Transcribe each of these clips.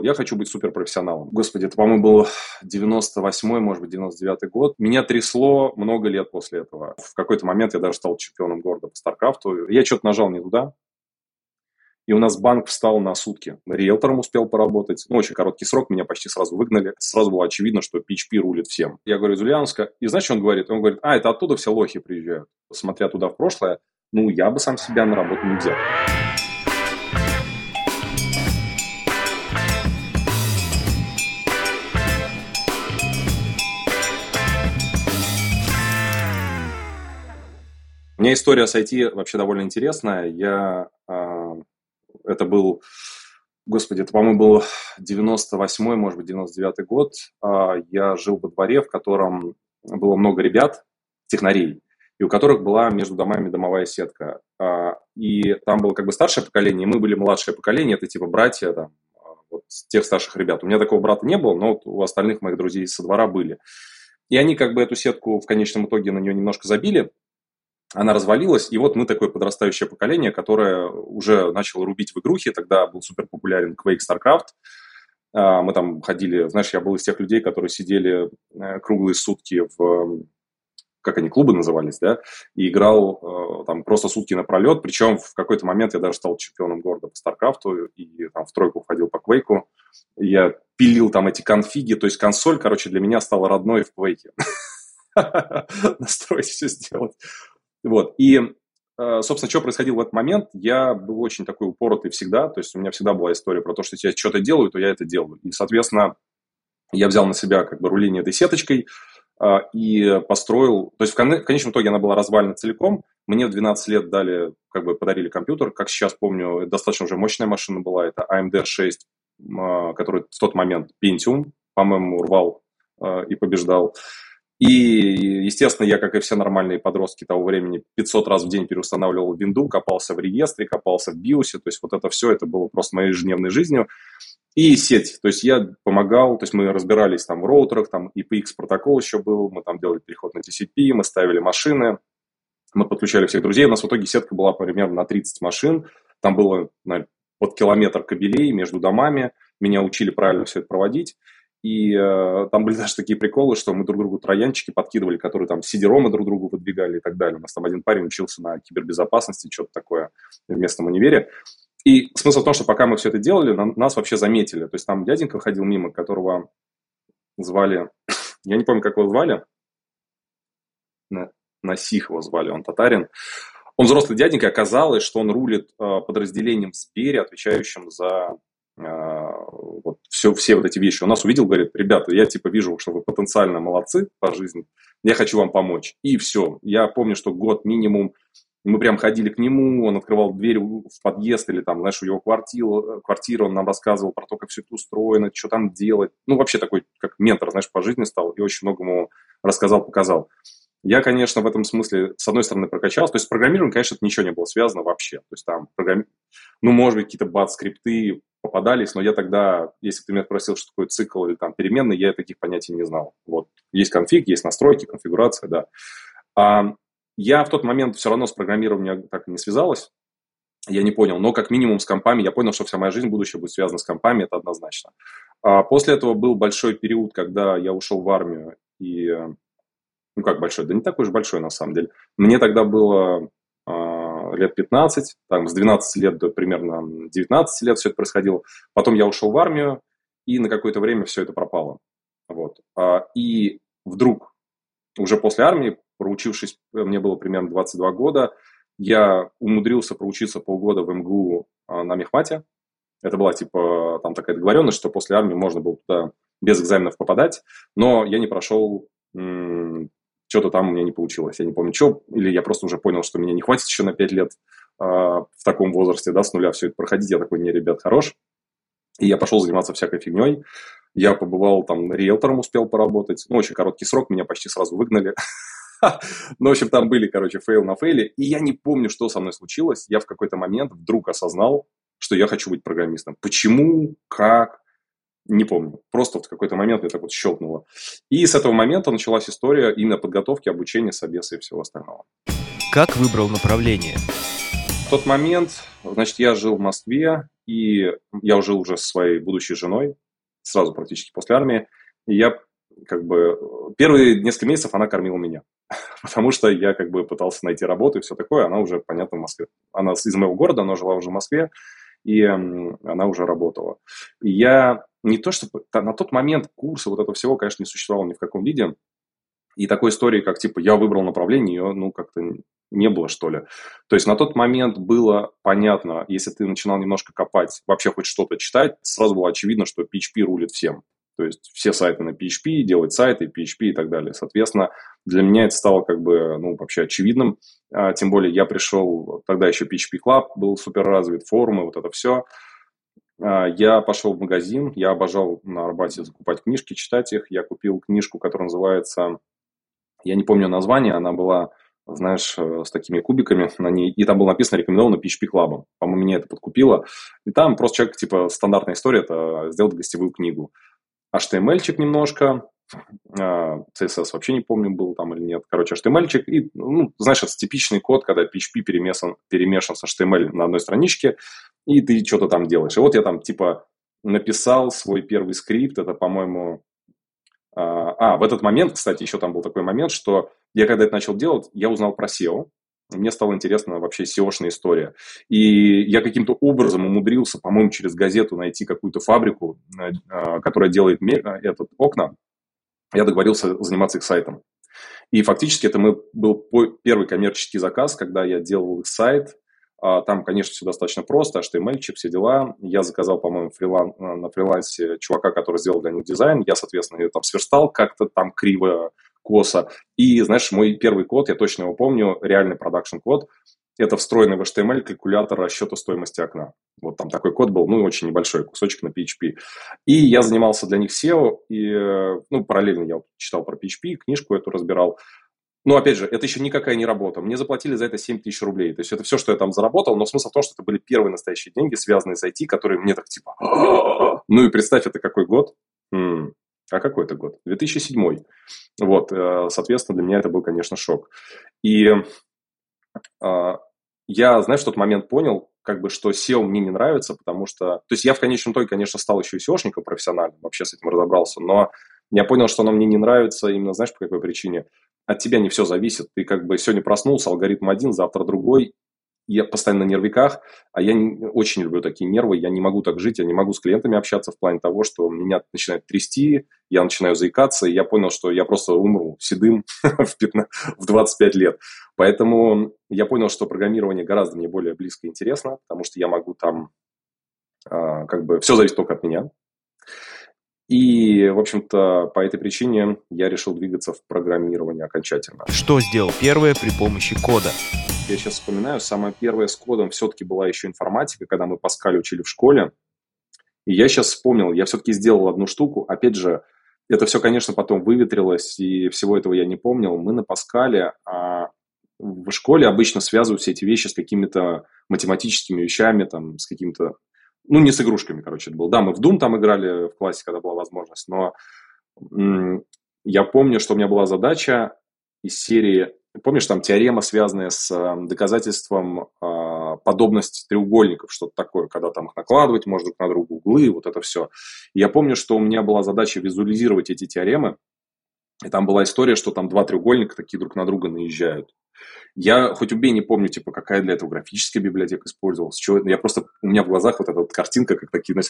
я хочу быть суперпрофессионалом. Господи, это, по-моему, был 98-й, может быть, 99-й год. Меня трясло много лет после этого. В какой-то момент я даже стал чемпионом города по Старкрафту. Я что-то нажал не туда, и у нас банк встал на сутки. Риэлтором успел поработать. Очень короткий срок, меня почти сразу выгнали. Сразу было очевидно, что PHP рулит всем. Я говорю из Ульяновска. И знаешь, что он говорит? Он говорит, это оттуда все лохи приезжают. Смотря туда в прошлое, я бы сам себя на работу не взял. У меня история с IT вообще довольно интересная. Это был, господи, это, по-моему, был 98-й, может быть, 99-й год. Я жил во дворе, в котором было много ребят, технарей, и у которых была между домами домовая сетка. И там было как бы старшее поколение, и мы были младшее поколение, это типа братья там, вот, тех старших ребят. У меня такого брата не было, но вот у остальных моих друзей со двора были. И они как бы эту сетку в конечном итоге на нее немножко забили. Она развалилась, и вот мы такое подрастающее поколение, которое уже начало рубить в игрухи. Тогда был супер популярен Quake, StarCraft. Мы там ходили, знаешь, я был из тех людей, которые сидели круглые сутки в, как они, клубы назывались, да, и играл там просто сутки напролет. Причем в какой-то момент я даже стал чемпионом города по StarCraft, и там в тройку входил по Quake. Я пилил там эти конфиги, то есть консоль, для меня стала родной в Quake. Настроить, все сделать. Вот, и, собственно, что происходило в этот момент, я был очень такой упоротый всегда, то есть у меня всегда была история про то, что если я что-то делаю, то я это делаю. И, соответственно, я взял на себя как бы руление этой сеточкой и построил, то есть в конечном итоге она была развалена целиком, мне в 12 лет дали, как бы подарили компьютер, как сейчас помню, достаточно уже мощная машина была, это AMD 6, который в тот момент Pentium, по-моему, рвал и побеждал. И, естественно, я, как и все нормальные подростки того времени, 500 раз в день переустанавливал винду, копался в реестре, копался в BIOS, то есть вот это все, это было просто моей ежедневной жизнью. И сеть, то есть я помогал, то есть мы разбирались там в роутерах, там IPX протокол еще был, мы там делали переход на TCP, мы ставили машины, мы подключали всех друзей, у нас в итоге сетка была примерно на 30 машин, там было, наверное, под километр кабелей между домами, меня учили правильно все это проводить. И там были даже такие приколы, что мы друг другу троянчики подкидывали, которые там CD-ромы друг другу выдвигали и так далее. У нас там один парень учился на кибербезопасности, что-то такое в местном универе. И смысл в том, что пока мы все это делали, нас вообще заметили. То есть там дяденька ходил мимо, которого звали, я не помню, как его звали, Насих его звали, он татарин. Он взрослый дяденька, оказалось, что он рулит подразделением в Сбере, отвечающим за... вот все вот эти вещи. Он нас увидел, говорит, ребята, я типа вижу, что вы потенциально молодцы по жизни, я хочу вам помочь. И все. Я помню, что год минимум мы прям ходили к нему, он открывал дверь в подъезд или там, знаешь, у его квартиры, он нам рассказывал про то, как все это устроено, что там делать. Вообще такой, как ментор, знаешь, по жизни стал и очень многому рассказал, показал. Я, конечно, в этом смысле, с одной стороны, прокачался. То есть с программированием, конечно, ничего не было связано вообще. То есть там, может быть, какие-то бат-скрипты попадались, но я тогда, если ты меня спросил, что такое цикл или там переменные, я таких понятий не знал. Вот. Есть конфиг, есть настройки, конфигурация, да. Я в тот момент все равно с программированием так и не связалась. Я не понял, но как минимум с компами, я понял, что вся моя жизнь будущее будет связана с компами, это однозначно. После этого был большой период, когда я ушел в армию и... как большой? Да не такой уж большой, на самом деле. Мне тогда было лет 15, там, с 12 лет до примерно 19 лет все это происходило. Потом я ушел в армию, и на какое-то время все это пропало. Вот. И вдруг, уже после армии, проучившись, мне было примерно 22 года, я умудрился проучиться полгода в МГУ на мехмате. Это была, типа, там такая договоренность, что после армии можно было туда без экзаменов попадать, но я не прошел... Что-то там у меня не получилось, я не помню, что, или я просто уже понял, что меня не хватит еще на 5 лет в таком возрасте, да, с нуля все это проходить. Я такой, не, ребят, хорош. И я пошел заниматься всякой фигней. Я побывал там, риэлтором успел поработать. Очень короткий срок, меня почти сразу выгнали. В общем, там были, фейл на фейле. И я не помню, что со мной случилось. Я в какой-то момент вдруг осознал, что я хочу быть программистом. Почему, как... Не помню. Просто в какой-то момент мне так вот щелкнуло. И с этого момента началась история именно подготовки, обучения, собеса и всего остального. Как выбрал направление? В тот момент, значит, я жил в Москве, и я жил уже со своей будущей женой, сразу практически после армии, и я как бы первые несколько месяцев она кормила меня, потому что я как бы пытался найти работу и все такое, она уже, понятно, в Москве. Она из моего города, она жила уже в Москве, и она уже работала. И я не то, что на тот момент курса вот этого всего, конечно, не существовало ни в каком виде, и такой истории, как типа я выбрал направление, ее, ну, как-то не было, что ли. То есть на тот момент было понятно, если ты начинал немножко копать, вообще хоть что-то читать, сразу было очевидно, что PHP рулит всем. То есть все сайты на PHP, делать сайты, PHP и так далее. Соответственно, для меня это стало как бы, ну, вообще очевидным. Тем более я пришел, тогда еще PHP Club был супер развит, форумы, вот это все. Я пошел в магазин, я обожал на Арбате закупать книжки, читать их. Я купил книжку, которая называется, я не помню название, она была, знаешь, с такими кубиками на ней, и там было написано «Рекомендовано PHP Club». По-моему, меня это подкупило. И там просто человек, типа, стандартная история, это сделать гостевую книгу. HTML-чик немножко, CSS вообще не помню, был там или нет. Короче, HTML-чик, и, ну, знаешь, это типичный код, когда PHP перемешан с HTML на одной страничке, и ты что-то там делаешь. И вот я там, типа, написал свой первый скрипт, это, по-моему... в этот момент, кстати, еще там был такой момент, что я когда это начал делать, я узнал про SEO. Мне стало интересно вообще SEO-шная история. И я каким-то образом умудрился, по-моему, через газету найти какую-то фабрику, которая делает окна. Я договорился заниматься их сайтом. И фактически это был первый коммерческий заказ, когда я делал их сайт. Там, конечно, все достаточно просто, HTML-чик, все дела. Я заказал, по-моему, на фрилансе чувака, который сделал для них дизайн. Я, соответственно, ее там сверстал как-то там криво, косо. И, знаешь, мой первый код, я точно его помню, реальный продакшн-код, это встроенный в HTML калькулятор расчета стоимости окна. Вот там такой код был, ну, очень небольшой кусочек на PHP. И я занимался для них SEO, и, ну, параллельно я читал про PHP, книжку эту разбирал. Но, опять же, это еще никакая не работа. Мне заплатили за это 7 тысяч рублей. То есть это все, что я там заработал, но смысл в том, что это были первые настоящие деньги, связанные с IT, которые мне так типа... Ну и представь, это какой год? А какой это год? 2007. Вот, соответственно, для меня это был, конечно, шок. И я, знаешь, в тот момент понял, как бы, что SEO мне не нравится, потому что... То есть я в конечном итоге, конечно, стал еще и SEOшником профессиональным, вообще с этим разобрался, но я понял, что оно мне не нравится именно, знаешь, по какой причине? От тебя не все зависит. Ты как бы сегодня проснулся, алгоритм один, завтра другой. Я постоянно на нервиках, а я очень люблю такие нервы, я не могу так жить, я не могу с клиентами общаться в плане того, что меня начинает трясти, я начинаю заикаться, и я понял, что я просто умру седым в 25 лет. Поэтому я понял, что программирование гораздо мне более близко и интересно, потому что я могу там, как бы, все зависит только от меня. И, в общем-то, по этой причине я решил двигаться в программирование окончательно. Что сделал первое при помощи кода? Я сейчас вспоминаю, самое первое с кодом все-таки была еще информатика, когда мы Паскаль учили в школе. И я сейчас вспомнил, я все-таки сделал одну штуку. Опять же, это все, конечно, потом выветрилось, и всего этого я не помнил. Мы на Паскале, в школе обычно связывают все эти вещи с какими-то математическими вещами, там, с какими-то... Ну, не с игрушками, короче, это был. Да, мы в Doom там играли в классе, когда была возможность, но я помню, что у меня была задача из серии... Помнишь, там теорема, связанная с доказательством подобности треугольников, что-то такое, когда там их накладывать можно друг на друга, углы, вот это все. И я помню, что у меня была задача визуализировать эти теоремы, и там была история, что там два треугольника такие друг на друга наезжают. Я хоть убей не помню, типа, какая для этого графическая библиотека использовалась. Я просто, у меня в глазах вот эта вот картинка, как такие, знаешь,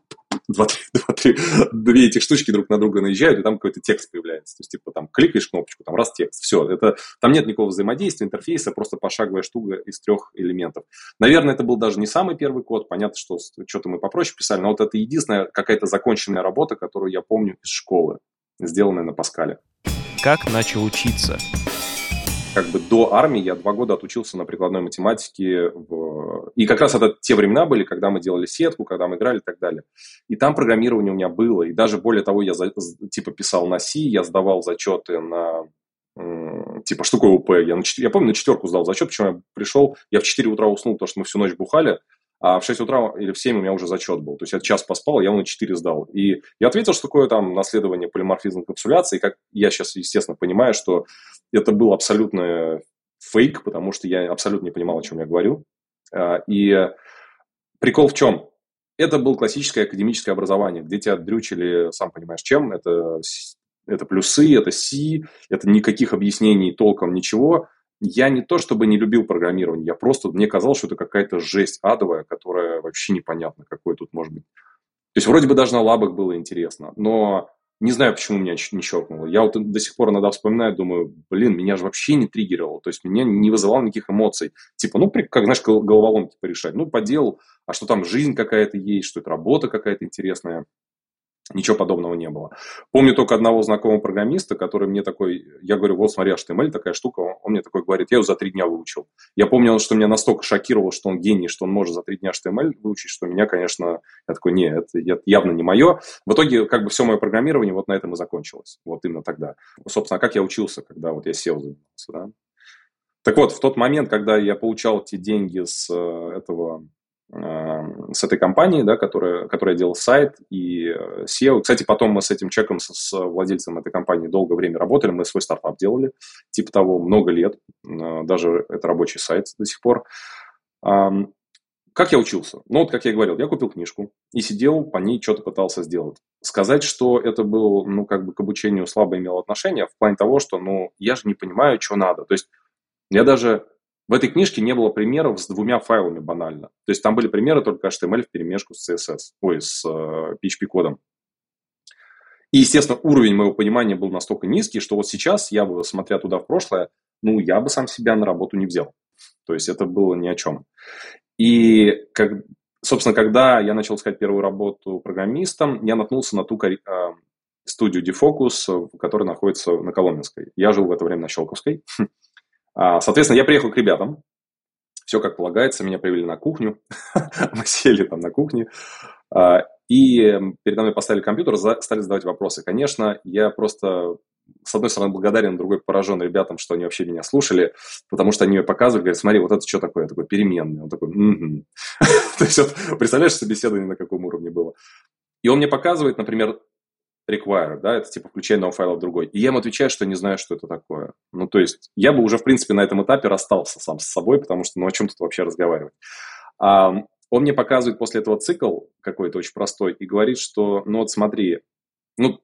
две этих штучки друг на друга наезжают, и там какой-то текст появляется. То есть, типа, там кликаешь кнопочку, там раз текст, все. Там нет никакого взаимодействия, интерфейса, просто пошаговая штука из 3 элементов. Наверное, это был даже не самый первый код. Понятно, что что-то мы попроще писали, но вот это единственная какая-то законченная работа, которую я помню из школы, сделанная на Паскале. Как начал учиться? Как бы до армии я 2 года отучился на прикладной математике. И как раз это те времена были, когда мы делали сетку, когда мы играли и так далее. И там программирование у меня было. И даже более того, я типа писал на C, я сдавал зачеты на... Типа, что такое УП? Я помню, на 4 сдал зачет, почему я пришел, я в 4 утра уснул, потому что мы всю ночь бухали, а в 6 утра или в 7 у меня уже зачет был. То есть я час поспал, я на 4 сдал. И я ответил, что такое там наследование полиморфизм капсуляции. И как я сейчас, естественно, понимаю, что это был абсолютно фейк, потому что я абсолютно не понимал, о чем я говорю. И прикол в чем? это было классическое академическое образование, где тебя дрючили, сам понимаешь, чем. Это плюсы, это C, это никаких объяснений толком, ничего. Я не то чтобы не любил программирование, я просто, мне казалось, что это какая-то жесть адовая, которая вообще непонятно, какой тут может быть. То есть, вроде бы даже на лабах было интересно, но не знаю, почему меня не щелкнуло. Я вот до сих пор иногда вспоминаю, думаю, блин, меня же вообще не триггерило, то есть, меня не вызывало никаких эмоций. Типа, ну, как, знаешь, головоломки порешать. Ну, поделал, а что там жизнь какая-то есть, что это работа какая-то интересная. Ничего подобного не было. Помню только одного знакомого программиста, который мне такой, я говорю, вот смотри, HTML такая штука, он мне такой говорит, я ее за 3 дня выучил. Я помню, что меня настолько шокировало, что он гений, что он может за 3 дня HTML выучить, что меня, конечно, я такой, не, это явно не мое. В итоге, как бы все мое программирование вот на этом и закончилось. Вот именно тогда. Собственно, а как я учился, когда вот я SEO занимался, да? Так вот, в тот момент, когда я получал те деньги с этой компании, да, которая делала сайт и SEO. Кстати, потом мы с этим человеком, с владельцем этой компании долгое время работали, мы свой стартап делали, типа того, много лет, даже это рабочий сайт до сих пор. Как я учился? Ну, вот как я говорил, я купил книжку и сидел, по ней что-то пытался сделать. Сказать, что это был, ну, как бы к обучению слабо имело отношение, в плане того, что, ну, я же не понимаю, что надо. То есть я даже... В этой книжке не было примеров с 2 файлами банально. То есть там были примеры только HTML вперемешку с CSS, с PHP-кодом. И, естественно, уровень моего понимания был настолько низкий, что вот сейчас я бы, смотря туда в прошлое, ну, я бы сам себя на работу не взял. То есть это было ни о чем. И, собственно, когда я начал искать первую работу программистом, я наткнулся на ту студию Defocus, которая находится на Коломенской. Я жил в это время на Щелковской. Соответственно, я приехал к ребятам, все как полагается, меня привели на кухню, мы сели там на кухне, и передо мной поставили компьютер, стали задавать вопросы. Конечно, я просто, с одной стороны, благодарен, с другой поражен ребятам, что они вообще меня слушали, потому что они мне показывали, говорят, смотри, вот это что такое? Я такой, переменный. Он такой, угу. То есть, представляешь, собеседование на каком уровне было. И он мне показывает, например, require, да, это типа включение одного файла в другой. И я ему отвечаю, что не знаю, что это такое. Ну, то есть, я бы уже, в принципе, на этом этапе расстался сам с собой, потому что, ну, о чем тут вообще разговаривать? Он мне показывает после этого цикл какой-то очень простой и говорит, что, ну, вот смотри, ну,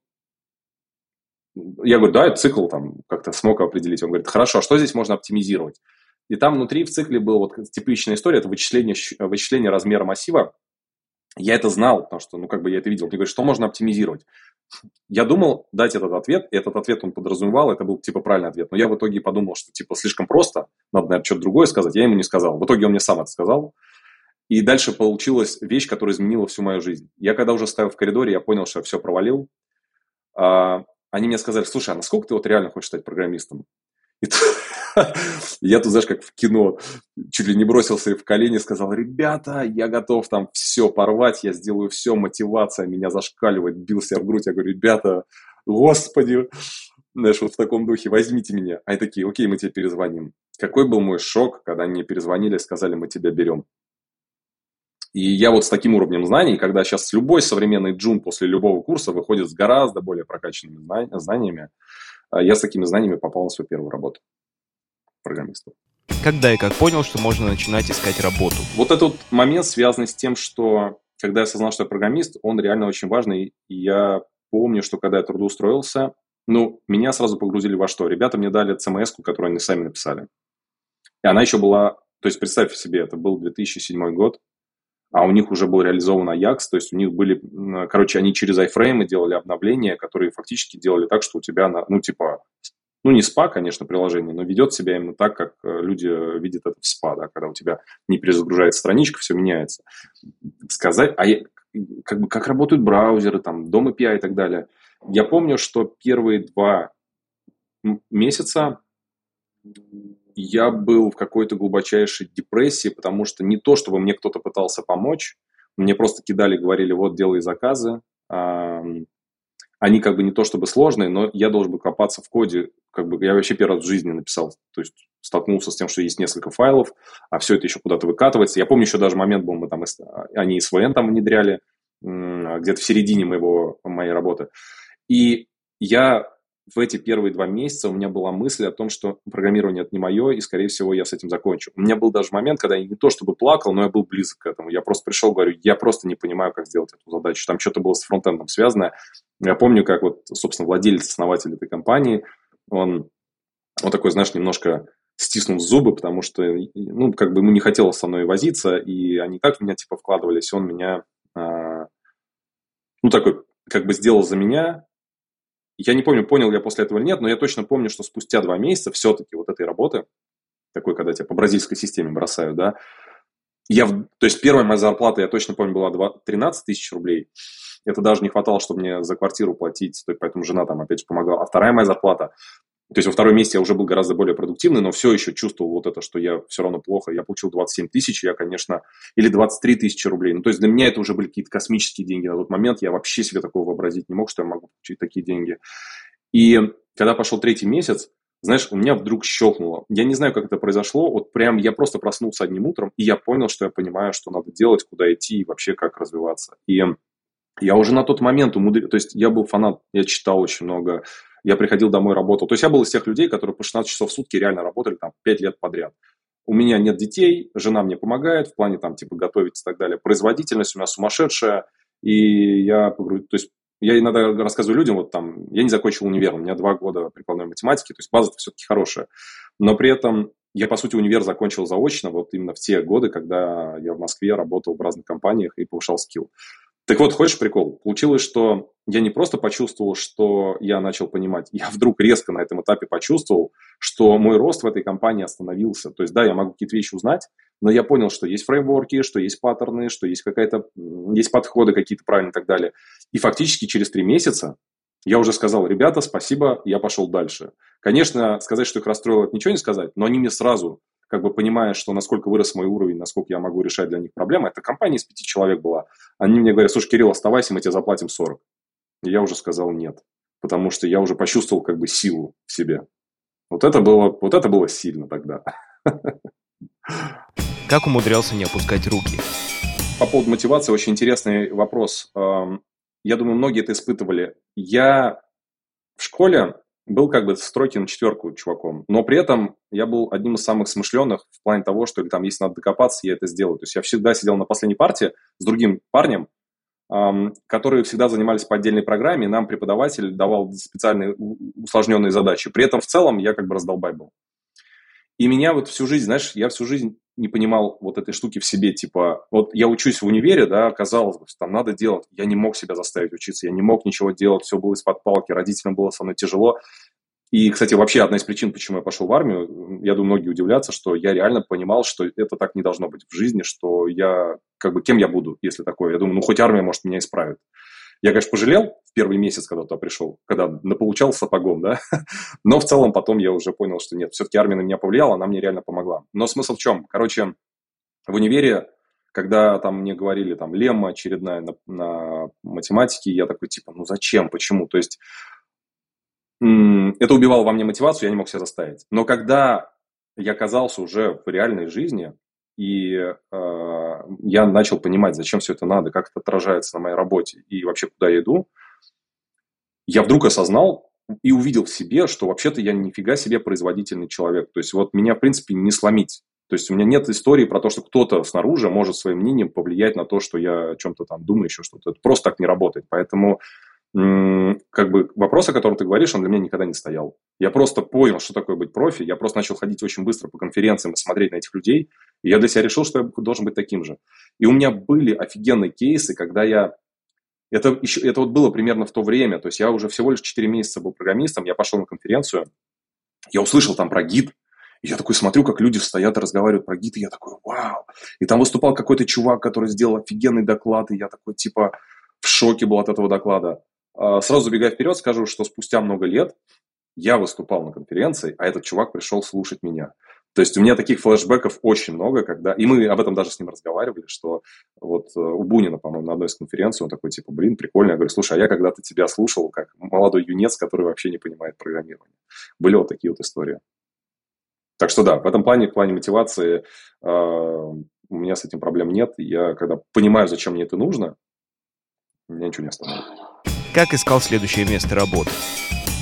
я говорю, да, это цикл там как-то смог определить. Он говорит, хорошо, а что здесь можно оптимизировать? И там внутри в цикле была вот типичная история, это вычисление размера массива. Я это знал, потому что, ну, как бы я это видел. Мне говорят, что можно оптимизировать? Я думал дать этот ответ, и этот ответ он подразумевал, это был типа правильный ответ. Но я в итоге подумал, что типа слишком просто, надо, наверное, что-то другое сказать. Я ему не сказал. В итоге он мне сам это сказал. И дальше получилась вещь, которая изменила всю мою жизнь. Я когда уже стоял в коридоре, я понял, что я все провалил. Они мне сказали, слушай, а насколько ты вот реально хочешь стать программистом? И я тут, знаешь, как в кино, чуть ли не бросился в колени, сказал, ребята, я готов там все порвать, я сделаю все, мотивация меня зашкаливает, бил себя в грудь, я говорю, ребята, господи, знаешь, вот в таком духе, возьмите меня. А они такие, окей, мы тебе перезвоним. Какой был мой шок, когда они мне перезвонили и сказали, мы тебя берем. И я вот с таким уровнем знаний, когда сейчас любой современный джун после любого курса выходит с гораздо более прокачанными знаниями, я с такими знаниями попал на свою первую работу программиста. Когда и как понял, что можно начинать искать работу? Вот этот момент связан с тем, что когда я осознал, что я программист, он реально очень важный. И я помню, что когда я трудоустроился, ну, меня сразу погрузили во что? Ребята мне дали CMS-ку, которую они сами написали. И она еще была... То есть, представь себе, это был 2007 год, а у них уже был реализован Ajax, то есть у них были... Короче, они через iFrame делали обновления, которые фактически делали так, что у тебя, ну, типа... Ну, не SPA, конечно, приложение, но ведет себя именно так, как люди видят это в SPA, да, когда у тебя не перезагружается страничка, все меняется. Сказать, как работают браузеры, там, DOM API и так далее. Я помню, что первые 2 месяца я был в какой-то глубочайшей депрессии, потому что не то, чтобы мне кто-то пытался помочь, мне просто кидали, говорили, вот, делай заказы. Они как бы не то чтобы сложные, но я должен был копаться в коде. Как бы я вообще первый раз в жизни написал, то есть столкнулся с тем, что есть несколько файлов, а все это еще куда-то выкатывается. Я помню, еще даже момент был, мы там, они SVN там внедряли, где-то в середине моей работы. И я в эти первые 2 месяца у меня была мысль о том, что программирование – это не мое, и, скорее всего, я с этим закончу. У меня был даже момент, когда я не то чтобы плакал, но я был близок к этому. Я просто пришел, говорю, я просто не понимаю, как сделать эту задачу. Там что-то было с фронтендом связано. Я помню, как вот, собственно, владелец, основатель этой компании, он такой, знаешь, немножко стиснув зубы, потому что, ну, как бы ему не хотелось со мной возиться, и они так в меня, типа, вкладывались, он меня, ну, такой, как бы сделал за меня. Я не помню, понял я после этого или нет, но я точно помню, что спустя 2 месяца все-таки вот этой работы, такой, когда тебя по бразильской системе бросают, да, то есть первая моя зарплата, я точно помню, была 13 тысяч рублей. Это даже не хватало, чтобы мне за квартиру платить, поэтому жена там опять же помогала. А вторая моя зарплата, то есть во втором месяце я уже был гораздо более продуктивный, но все еще чувствовал вот это, что я все равно плохо. Я получил 27 тысяч, я, конечно, или 23 тысячи рублей. Ну, то есть для меня это уже были какие-то космические деньги на тот момент. Я вообще себе такого вообразить не мог, что я могу получить такие деньги. И когда пошел 3-й месяц, знаешь, у меня вдруг щелкнуло. Я не знаю, как это произошло. Вот прям я просто проснулся одним утром, и я понял, что я понимаю, что надо делать, куда идти и вообще как развиваться. И я уже на тот момент то есть я был фанат, я читал очень много, я приходил домой, работал. То есть я был из тех людей, которые по 16 часов в сутки реально работали там 5 лет подряд. У меня нет детей, жена мне помогает в плане там типа готовить и так далее. Производительность у меня сумасшедшая, и то есть я иногда рассказываю людям, вот там, я не закончил универ, у меня 2 года прикладной математики, то есть база все-таки хорошая. Но при этом я, по сути, универ закончил заочно, вот именно в те годы, когда я в Москве работал в разных компаниях и повышал скилл. Так вот, хочешь прикол? Получилось, что я не просто почувствовал, что я начал понимать, я вдруг резко на этом этапе почувствовал, что мой рост в этой компании остановился. То есть, да, я могу какие-то вещи узнать, но я понял, что есть фреймворки, что есть паттерны, что есть есть подходы какие-то правильные и так далее. И фактически через 3 месяца я уже сказал, ребята, спасибо, я пошел дальше. Конечно, сказать, что их расстроило, это ничего не сказать, но они мне сразу, как бы понимая, что насколько вырос мой уровень, насколько я могу решать для них проблемы, эта компания из 5 человек была, они мне говорят, слушай, Кирилл, оставайся, мы тебе заплатим 40. И я уже сказал нет, потому что я уже почувствовал как бы силу в себе. Вот это было сильно тогда. Как умудрялся не опускать руки? По поводу мотивации очень интересный вопрос. Я думаю, многие это испытывали. Я в школе был как бы с тройки на 4 чуваком, но при этом я был одним из самых смышленых в плане того, что там, если надо докопаться, я это сделаю. То есть я всегда сидел на последней парте с другим парнем, которые всегда занимались по отдельной программе, и нам преподаватель давал специальные усложненные задачи. При этом в целом я как бы раздолбай был. И меня вот всю жизнь, знаешь, я всю жизнь не понимал вот этой штуки в себе, типа, вот я учусь в универе, да, казалось бы, там надо делать, я не мог себя заставить учиться, я не мог ничего делать, все было из-под палки, родителям было со мной тяжело. И, кстати, вообще одна из причин, почему я пошел в армию, я думаю, многие удивлятся, что я реально понимал, что это так не должно быть в жизни, что я, как бы, кем я буду, если такое. Я думаю, ну, хоть армия, может, меня исправит. Я, конечно, пожалел в первый месяц, когда туда пришел, когда наполучал сапогом, да, но в целом потом я уже понял, что нет, все-таки армия на меня повлияла, она мне реально помогла. Но смысл в чем? Короче, в универе, когда там мне говорили, там, лемма очередная на математике, я такой, типа, ну зачем, почему? То есть это убивало во мне мотивацию, я не мог себя заставить. Но когда я оказался уже в реальной жизни, и я начал понимать, зачем все это надо, как это отражается на моей работе и вообще куда я иду, я вдруг осознал и увидел в себе, что вообще-то я нифига себе производительный человек. То есть вот меня, в принципе, не сломить. То есть у меня нет истории про то, что кто-то снаружи может своим мнением повлиять на то, что я о чем-то там думаю, еще что-то. Это просто так не работает. Поэтому как бы вопрос, о котором ты говоришь, он для меня никогда не стоял. Я просто понял, что такое быть профи. Я просто начал ходить очень быстро по конференциям и смотреть на этих людей. И я для себя решил, что я должен быть таким же. И у меня были офигенные кейсы, когда это вот было примерно в то время. То есть я уже всего лишь 4 месяца был программистом. Я пошел на конференцию. Я услышал там про гид. И я такой смотрю, как люди стоят и разговаривают про гид. И я такой, вау. И там выступал какой-то чувак, который сделал офигенный доклад. И я такой, типа, в шоке был от этого доклада. Сразу забегая вперед, скажу, что спустя много лет я выступал на конференции, а этот чувак пришел слушать меня. То есть у меня таких флешбеков очень много, и мы об этом даже с ним разговаривали, что вот у Бунина, по-моему, на одной из конференций он такой, типа, блин, прикольно. Я говорю, слушай, а я когда-то тебя слушал, как молодой юнец, который вообще не понимает программирование. Были вот такие вот истории. Так что да, в этом плане, в плане мотивации у меня с этим проблем нет. Я когда понимаю, зачем мне это нужно, меня ничего не остановит. Как искал следующее место работы?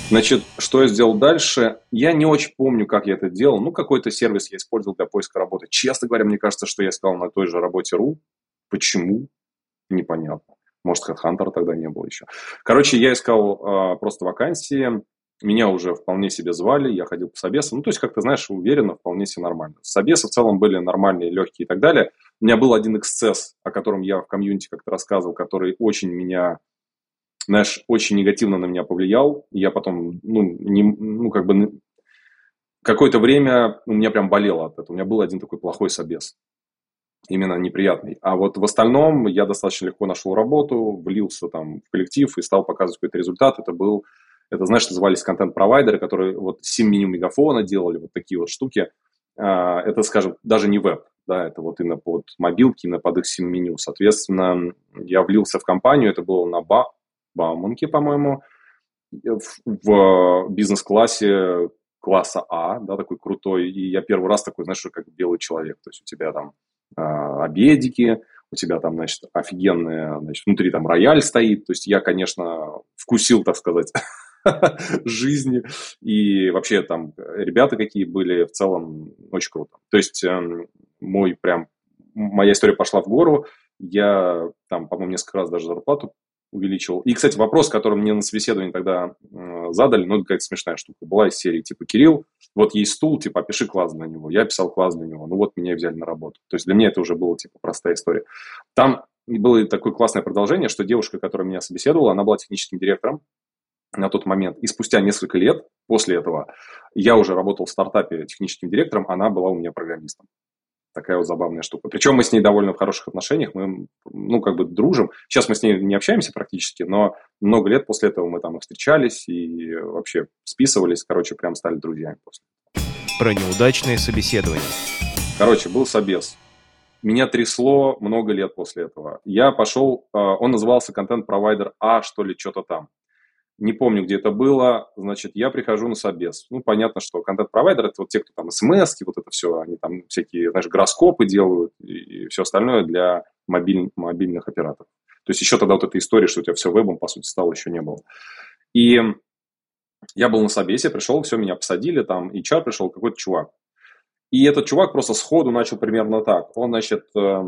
Значит, что я сделал дальше? Я не очень помню, как я это делал. Ну, какой-то сервис я использовал для поиска работы. Честно говоря, мне кажется, что я искал на той же работе.ру. Почему? Непонятно. Может, HeadHunter тогда не было еще. Короче, я искал просто вакансии. Меня уже вполне себе звали. Я ходил по собесам. Ну, то есть, как ты знаешь, уверенно, вполне себе нормально. Собесы в целом были нормальные, легкие и так далее. У меня был один эксцесс, о котором я в комьюнити как-то рассказывал, который очень меня, знаешь, очень негативно на меня повлиял. И я потом, какое-то время у меня прям болело от этого. У меня был один такой плохой собес. Именно неприятный. А вот в остальном я достаточно легко нашел работу, влился там в коллектив и стал показывать какой-то результат. Это, знаешь, назывались контент-провайдеры, которые вот сим-меню мегафона делали, вот такие вот штуки. Это, скажем, даже не веб, да, это вот именно под мобилки, именно под их сим-меню. Соответственно, я влился в компанию, это было на Бауманке, по-моему, в бизнес-классе класса А, да, такой крутой. И я первый раз такой, знаешь, как белый человек. То есть у тебя там обедики, у тебя там, значит, офигенная, значит, внутри там рояль стоит. То есть я, конечно, вкусил, так сказать, жизни. И вообще там ребята какие были, в целом очень круто. То есть моя история пошла в гору. Я там, по-моему, несколько раз даже зарплату увеличивал. И, кстати, вопрос, который мне на собеседовании тогда задали, ну, это какая-то смешная штука была из серии, типа, Кирилл, вот есть стул, типа, опиши класс для него. Я писал класс для него. Ну, вот меня взяли на работу. То есть для меня это уже было, типа, простая история. Там было такое классное продолжение, что девушка, которая меня собеседовала, она была техническим директором на тот момент. И спустя несколько лет после этого я уже работал в стартапе техническим директором, она была у меня программистом. Такая вот забавная штука. Причем мы с ней довольно в хороших отношениях, мы, ну, как бы дружим. Сейчас мы с ней не общаемся практически, но много лет после этого мы там и встречались, и вообще списывались, короче, прям стали друзьями после. Про неудачные собеседования. Короче, был собес. Меня трясло много лет после этого. Я пошел, он назывался контент-провайдер А, что ли, что-то там. Не помню, где это было. Значит, я прихожу на собес. Ну, понятно, что контент-провайдер – это вот те, кто там смс-ки, вот это все, они там всякие, знаешь, гороскопы делают и все остальное для мобильных операторов. То есть еще тогда вот эта история, что у тебя все вебом, по сути, стало, еще не было. И я был на собесе, пришел, все, меня посадили, там HR пришел, какой-то чувак. И этот чувак просто сходу начал примерно так. Он, значит,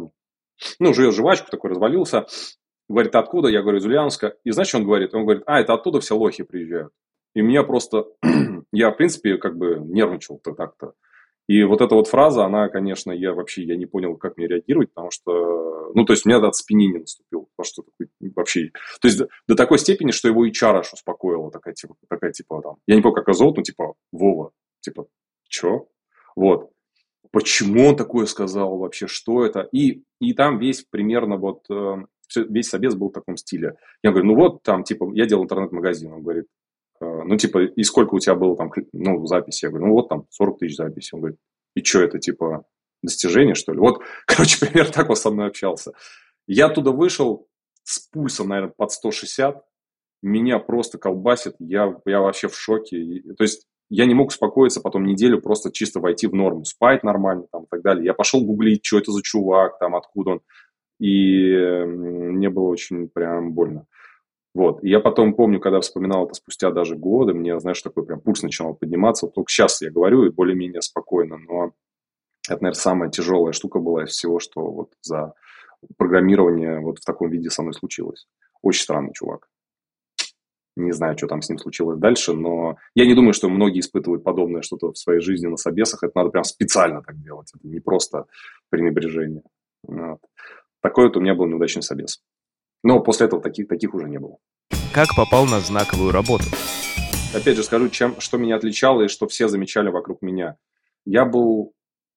жует жвачку, такой развалился. Говорит, откуда? Я говорю, из Ульяновска. И знаешь, что он говорит? Он говорит, это оттуда все лохи приезжают. И меня просто... я, в принципе, как бы нервничал-то так-то. И вот эта вот фраза, она, конечно, я не понял, как мне реагировать, потому что... Ну, то есть, у меня оцепенение наступило. Потому что вообще... То есть, до такой степени, что его HR аж успокоила. Такая, типа, там... Я не помню, как его зовут, но, типа, Вова. Типа, чё? Вот. Почему он такое сказал вообще? Что это? И там весь примерно вот... весь собес был в таком стиле. Я говорю, ну вот там, типа, я делал интернет-магазин. Он говорит, ну, типа, и сколько у тебя было там, ну, записи? Я говорю, ну, вот там 40 тысяч записей. Он говорит, и что это, типа, достижение, что ли? Вот, короче, примерно так он со мной общался. Я оттуда вышел с пульсом, наверное, под 160. Меня просто колбасит. Я вообще в шоке. То есть, я не мог успокоиться потом неделю, просто чисто войти в норму, спать нормально там и так далее. Я пошел гуглить, что это за чувак, там, откуда он. И мне было очень прям больно. Вот. И я потом помню, когда вспоминал это спустя даже годы, мне, знаешь, такой прям пульс начинал подниматься. Вот только сейчас я говорю, и более-менее спокойно. Но это, наверное, самая тяжелая штука была из всего, что вот за программирование вот в таком виде со мной случилось. Очень странный чувак. Не знаю, что там с ним случилось дальше, но я не думаю, что многие испытывают подобное что-то в своей жизни на собесах. Это надо прям специально так делать. Это не просто пренебрежение. Вот. Такой вот у меня был неудачный собес. Но после этого таких уже не было. Как попал на знаковую работу? Опять же скажу, что меня отличало и что все замечали вокруг меня. Я был...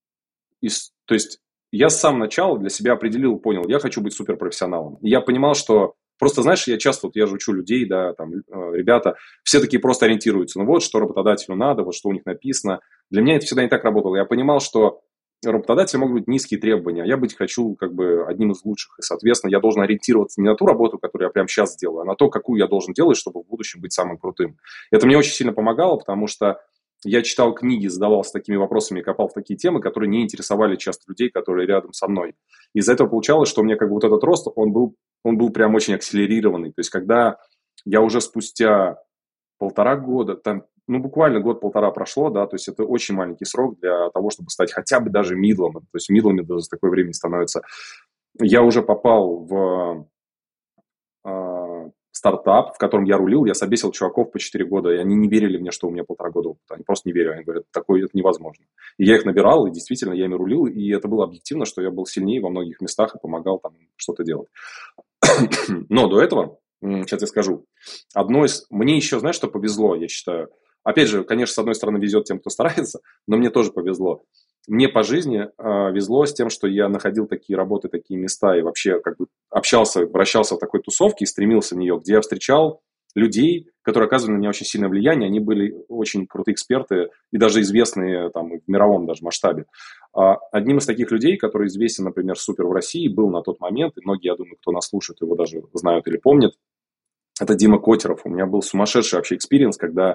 То есть я с самого начала для себя определил, понял, я хочу быть суперпрофессионалом. И я понимал, что... Просто, знаешь, я часто, вот я же учу людей, да, там, ребята, все такие просто ориентируются. Ну вот, что работодателю надо, вот что у них написано. Для меня это всегда не так работало. Я понимал, что работодателя могут быть низкие требования, а я быть хочу как бы одним из лучших. И, соответственно, я должен ориентироваться не на ту работу, которую я прямо сейчас делаю, а на то, какую я должен делать, чтобы в будущем быть самым крутым. Это мне очень сильно помогало, потому что я читал книги, задавался такими вопросами, копал в такие темы, которые не интересовали часто людей, которые рядом со мной. Из-за этого получалось, что у меня как бы вот этот рост, он был прям очень акселерированный. То есть, когда я уже спустя полтора года, там, ну, буквально год-полтора прошло, да, то есть это очень маленький срок для того, чтобы стать хотя бы даже мидлом, то есть мидлами даже за такое время не становится. Я уже попал в стартап, в котором я рулил, я собесил чуваков по 4 года, и они не верили мне, что у меня полтора года опыта. Они просто не верили, они говорят, такое это невозможно. И я их набирал, и действительно я ими рулил, и это было объективно, что я был сильнее во многих местах и помогал там что-то делать. Но до этого, сейчас я скажу, мне еще, знаешь, что повезло, я считаю. Опять же, конечно, с одной стороны, везет тем, кто старается, но мне тоже повезло. Мне по жизни везло с тем, что я находил такие работы, такие места и вообще как бы общался, вращался в такой тусовке и стремился в нее, где я встречал людей, которые оказывали на меня очень сильное влияние. Они были очень крутые эксперты и даже известные там, в мировом даже масштабе. Одним из таких людей, который известен, например, супер в России, был на тот момент, и многие, я думаю, кто нас слушает, его даже знают или помнят, это Дима Котеров. У меня был сумасшедший вообще экспириенс, когда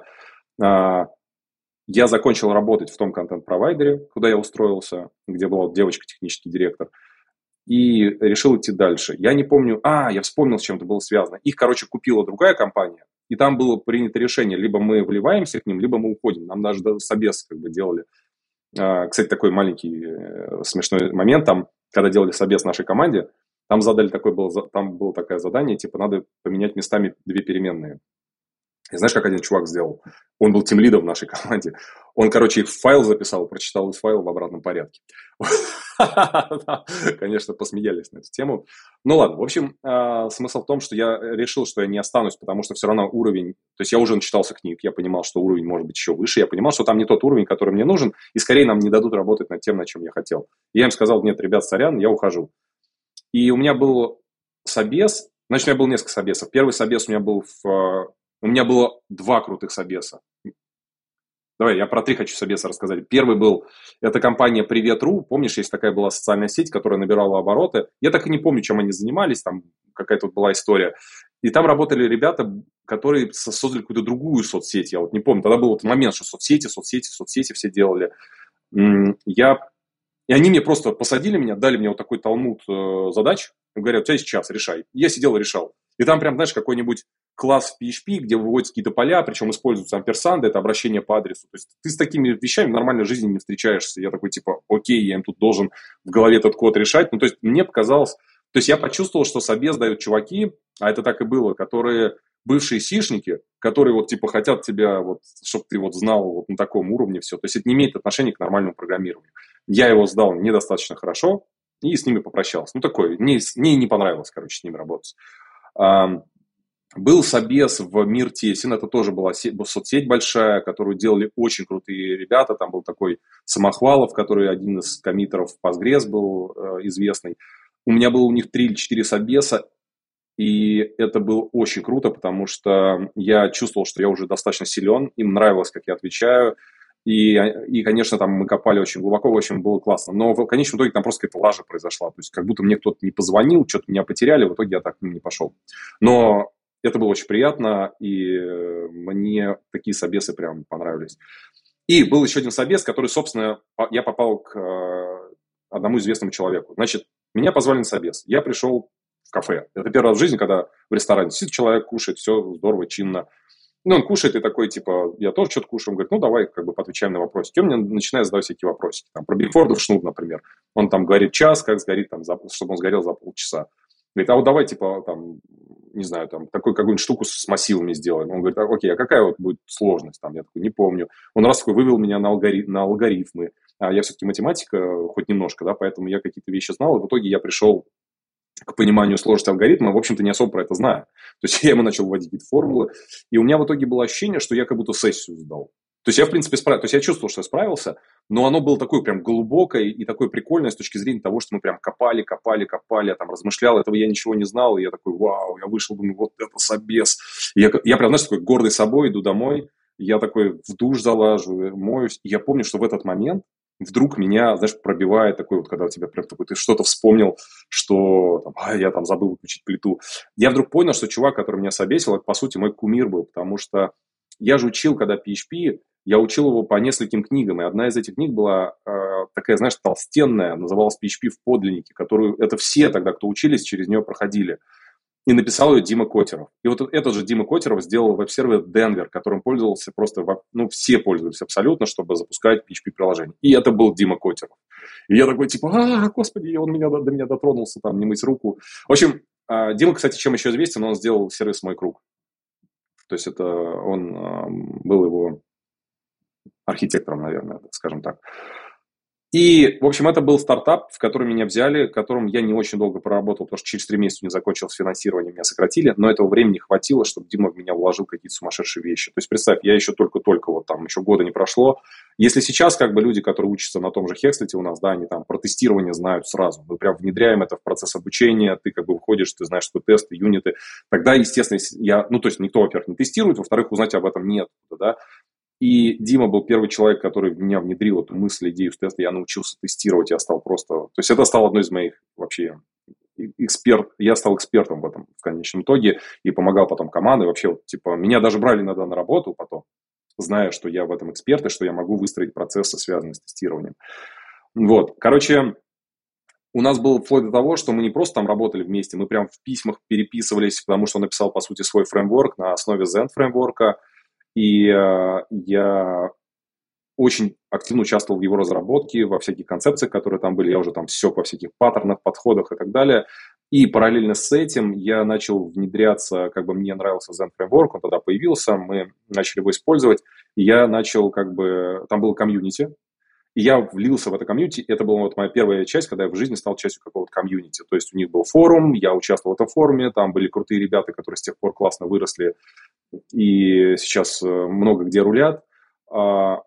я закончил работать в том контент-провайдере, куда я устроился, где была девочка, технический директор, и решил идти дальше. Я не помню, я вспомнил, с чем это было связано. Их, короче, купила другая компания, и там было принято решение, либо мы вливаемся к ним, либо мы уходим. Нам даже собес как бы делали. Кстати, такой маленький смешной момент, там, когда делали собес нашей команде, там было такое задание, типа, надо поменять местами две переменные. И знаешь, как один чувак сделал? Он был тимлидом в нашей команде. Он, короче, их в файл записал, прочитал из файла в обратном порядке. Конечно, посмеялись на эту тему. Ну ладно, в общем, смысл в том, что я решил, что я не останусь, потому что все равно уровень... То есть я уже начитался книг, я понимал, что уровень может быть еще выше, я понимал, что там не тот уровень, который мне нужен, и скорее нам не дадут работать над тем, над чем я хотел. И я им сказал, нет, ребят, сорян, я ухожу. И у меня был собес, значит, у меня было несколько собесов. Первый собес у меня был У меня было 2 крутых собеса. Давай, я про 3 хочу собеса рассказать. Первый был, это компания Привет.ру. Помнишь, есть такая была социальная сеть, которая набирала обороты. Я так и не помню, чем они занимались, там какая-то была история. И там работали ребята, которые создали какую-то другую соцсеть. Я вот не помню, тогда был вот момент, что соцсети все делали. И они мне просто посадили меня, дали мне вот такой талмуд задач. Говорят, у тебя есть час, решай. Я сидел и решал. И там прям, знаешь, какой-нибудь класс в PHP, где выводятся какие-то поля, причем используются амперсанды, это обращение по адресу. То есть ты с такими вещами в нормальной жизни не встречаешься. Я такой, типа, окей, я им тут должен в голове этот код решать. Ну, то есть мне показалось... То есть я почувствовал, что собес дают чуваки, а это так и было, которые бывшие сишники, которые вот типа хотят тебя, вот, чтобы ты вот знал вот на таком уровне все. То есть это не имеет отношения к нормальному программированию. Я его сдал недостаточно хорошо и с ними попрощался. Ну, такой, мне не понравилось, короче, с ними работать. Был собес в Мир Тесен, это тоже была соцсеть большая, которую делали очень крутые ребята. Там был такой Самохвалов, который один из коммитеров Postgres был известный. У меня было у них 3 или 4 собеса, и это было очень круто, потому что я чувствовал, что я уже достаточно силен, им нравилось, как я отвечаю. И, конечно, там мы копали очень глубоко, в общем, было классно. Но в конечном итоге там просто какая-то лажа произошла. То есть как будто мне кто-то не позвонил, что-то меня потеряли, в итоге я так к ним не пошел. Но это было очень приятно, и мне такие собесы прям понравились. И был еще один собес, который, собственно, я попал к одному известному человеку. Значит, меня позвали на собес. Я пришел в кафе. Это первый раз в жизни, когда в ресторане сидит человек, кушает, все здорово, чинно. Ну, он кушает и такой, типа, я тоже что-то кушаю. Он говорит, ну, давай, как бы, поотвечаем на вопросики. И он мне начинает задавать всякие вопросики. Там, про Бигфордов шнур, например. Он там говорит час, как сгорит, там, чтобы он сгорел за полчаса. Говорит, а вот давай, типа, там, не знаю, там, какую-нибудь штуку с массивами сделаем. Он говорит, окей, а какая вот будет сложность? Там, я такой, не помню. Он раз такой вывел меня на алгоритмы. А я все-таки математика, хоть немножко, да, поэтому я какие-то вещи знал. И в итоге я пришел к пониманию сложности алгоритма, в общем-то, не особо про это знаю. То есть я ему начал вводить какие-то формулы, и у меня в итоге было ощущение, что я как будто сессию сдал. То есть я, в принципе, справился. То есть я чувствовал, что я справился, но оно было такое прям глубокое и такое прикольное с точки зрения того, что мы прям копали, я там размышлял, этого я ничего не знал, и я такой, вау, я вышел, думаю, вот это собес. И я прям, знаешь, такой гордый собой, иду домой, я такой в душ залажу, моюсь, и я помню, что в этот момент вдруг меня, знаешь, пробивает такой вот, когда у тебя прям такой, ты что-то вспомнил, что там, я там забыл выключить плиту. Я вдруг понял, что чувак, который меня собесил, это, по сути, мой кумир был, потому что я же учил, когда PHP, я учил его по нескольким книгам, и одна из этих книг была такая, знаешь, толстенная, называлась PHP в подлиннике, которую это все тогда, кто учились, через нее проходили. и написал ее Дима Котеров. И вот этот же Дима Котеров сделал веб-сервер Denver, которым пользовался просто, ну, все пользовались абсолютно, чтобы запускать PHP-приложение. И это был Дима Котеров. И я такой, типа, господи, он до меня дотронулся, там, не мыть руку. В общем, Дима, кстати, чем еще известен, он сделал сервис «Мой круг». То есть это он был его архитектором, наверное, скажем так. И, в общем, это был стартап, в который меня взяли, в котором я не очень долго проработал, потому что через 3 месяца не закончил финансирование, меня сократили, но этого времени хватило, чтобы Дима в меня вложил какие-то сумасшедшие вещи. То есть, представь, я еще только-только, вот там еще года не прошло. Если сейчас как бы люди, которые учатся на том же Хекслете у нас, да, они там про тестирование знают сразу, мы прям внедряем это в процесс обучения, ты как бы выходишь, ты знаешь, что тесты, юниты, тогда, естественно, ну, то есть никто, во-первых, не тестирует, во-вторых, узнать об этом нет, да. И Дима был первый человек, который в меня внедрил эту мысль, идею с теста. Я научился тестировать, я стал просто... То есть это стало одной из моих вообще я стал экспертом в этом в конечном итоге и помогал потом команде. Вообще, вот, типа, меня даже брали иногда на работу потом, зная, что я в этом эксперт и что я могу выстроить процессы, связанные с тестированием. Вот, короче, у нас было вплоть до того, что мы не просто там работали вместе, мы прям в письмах переписывались, потому что он написал, по сути, свой фреймворк на основе Zen фреймворка. И я очень активно участвовал в его разработке, во всяких концепциях, которые там были. Я уже там все по всяких паттернах, подходах и так далее. И параллельно с этим я начал внедряться, как бы мне нравился Zen Framework, он тогда появился, мы начали его использовать. И я начал как бы... Там было комьюнити, и я влился в это комьюнити. Это была вот моя первая часть, когда я в жизни стал частью какого-то комьюнити. То есть у них был форум, я участвовал в этом форуме, там были крутые ребята, которые с тех пор классно выросли и сейчас много где рулят. Я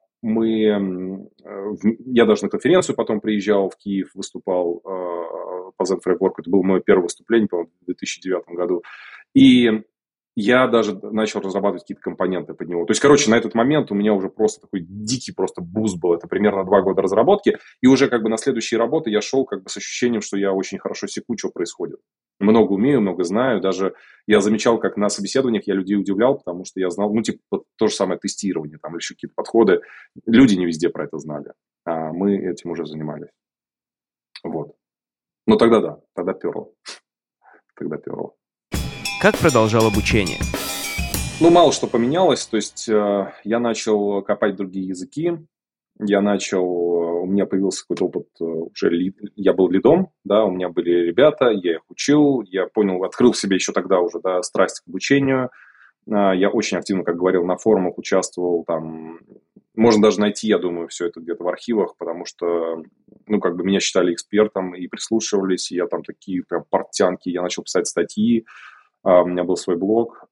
даже на конференцию потом приезжал в Киев, выступал по Zen Framework. Это было мое первое выступление, по-моему, в 2009 году. И я даже начал разрабатывать какие-то компоненты под него. То есть, короче, на этот момент у меня уже просто такой дикий просто буст был. Это примерно 2 года разработки. И уже как бы на следующие работы я шел как бы с ощущением, что я очень хорошо секу, что происходит. Много умею, много знаю. Даже я замечал, как на собеседованиях я людей удивлял, потому что я знал, ну, типа, то же самое тестирование, там, или еще какие-то подходы. Люди не везде про это знали. А мы этим уже занимались. Вот. Но тогда да, тогда перло. Тогда перло. Как продолжал обучение? Ну, мало что поменялось. То есть я начал копать другие языки. У меня появился какой-то опыт уже, я был лидом, да, у меня были ребята, я их учил, я понял, открыл в себе еще тогда уже, да, страсть к обучению. Я очень активно, как говорил, на форумах участвовал, там, можно даже найти, я думаю, все это где-то в архивах, потому что, ну, как бы меня считали экспертом и прислушивались, и я там такие прям портянки, я начал писать статьи, у меня был свой блог,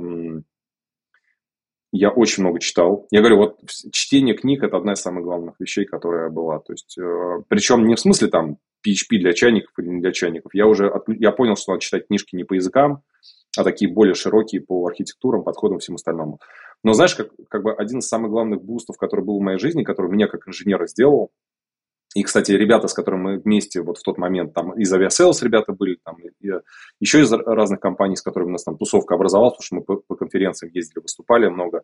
я очень много читал. Я говорю, вот чтение книг – это одна из самых главных вещей, которая была. То есть, причем не в смысле там PHP для чайников или не для чайников. Я понял, что надо читать книжки не по языкам, а такие более широкие по архитектурам, подходам, всему остальному. Но знаешь, как бы один из самых главных бустов, который был в моей жизни, который меня как инженера сделал, и, кстати, ребята, с которыми мы вместе вот в тот момент, там из Aviasales ребята были, там еще из разных компаний, с которыми у нас там тусовка образовалась, потому что мы по конференциям ездили, выступали много.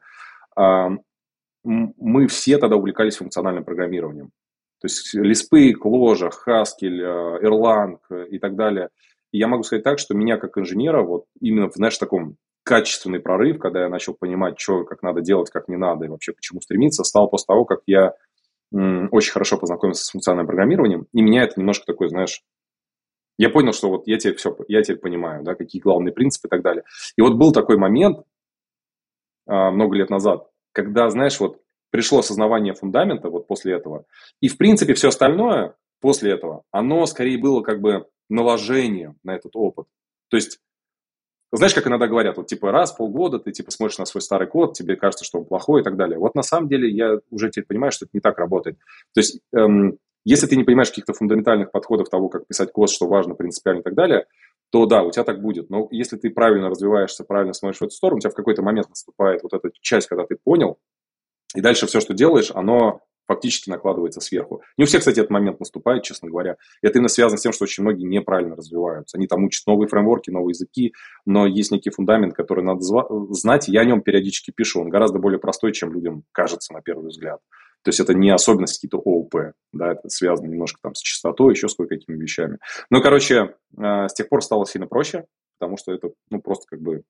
Мы все тогда увлекались функциональным программированием. То есть Лиспы, Кложа, Haskell, Erlang и так далее. И я могу сказать так, что меня как инженера, вот именно в, знаешь, таком качественный прорыв, когда я начал понимать, что, как надо делать, как не надо, и вообще к чему стремиться, стал после того, как я очень хорошо познакомился с функциональным программированием, и меня это немножко такой, знаешь, я понял, что вот я теперь понимаю, да, какие главные принципы и так далее. И вот был такой момент много лет назад, когда, знаешь, вот пришло осознавание фундамента вот после этого, и, в принципе, все остальное после этого, оно скорее было как бы наложением на этот опыт. То есть, знаешь, как иногда говорят, вот типа раз в полгода ты типа смотришь на свой старый код, тебе кажется, что он плохой и так далее. Вот на самом деле я уже теперь понимаю, что это не так работает. То есть, если ты не понимаешь каких-то фундаментальных подходов того, как писать код, что важно, принципиально и так далее, то да, у тебя так будет. Но если ты правильно развиваешься, правильно смотришь в эту сторону, у тебя в какой-то момент наступает вот эта часть, когда ты понял, и дальше все, что делаешь, оно фактически накладывается сверху. Не у всех, кстати, этот момент наступает, честно говоря. И это именно связано с тем, что очень многие неправильно развиваются. Они там учат новые фреймворки, новые языки, но есть некий фундамент, который надо знать. Я о нем периодически пишу. Он гораздо более простой, чем людям кажется на первый взгляд. То есть это не особенности какие-то ООП, да, это связано немножко там с частотой, еще с кое-какими вещами. Ну, короче, с тех пор стало сильно проще. потому что это, ну, просто как бы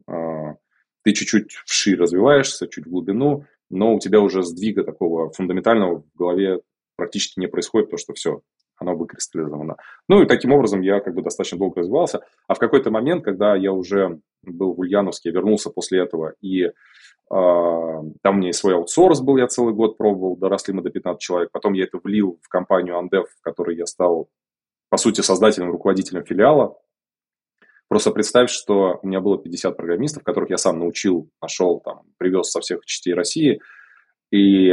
ты чуть-чуть вширь развиваешься, чуть в глубину, но у тебя уже сдвига такого фундаментального в голове практически не происходит, потому что все, оно выкристаллизовано. Ну и таким образом я как бы достаточно долго развивался. А в какой-то момент, когда я уже был в Ульяновске, я вернулся после этого, и там у меня и свой аутсорс был, я целый год пробовал, доросли мы до 15 человек. Потом я это влил в компанию Андев, в которой я стал, по сути, создателем, руководителем филиала. Просто представь, что у меня было 50 программистов, которых я сам научил, нашел, там, привез со всех частей России. И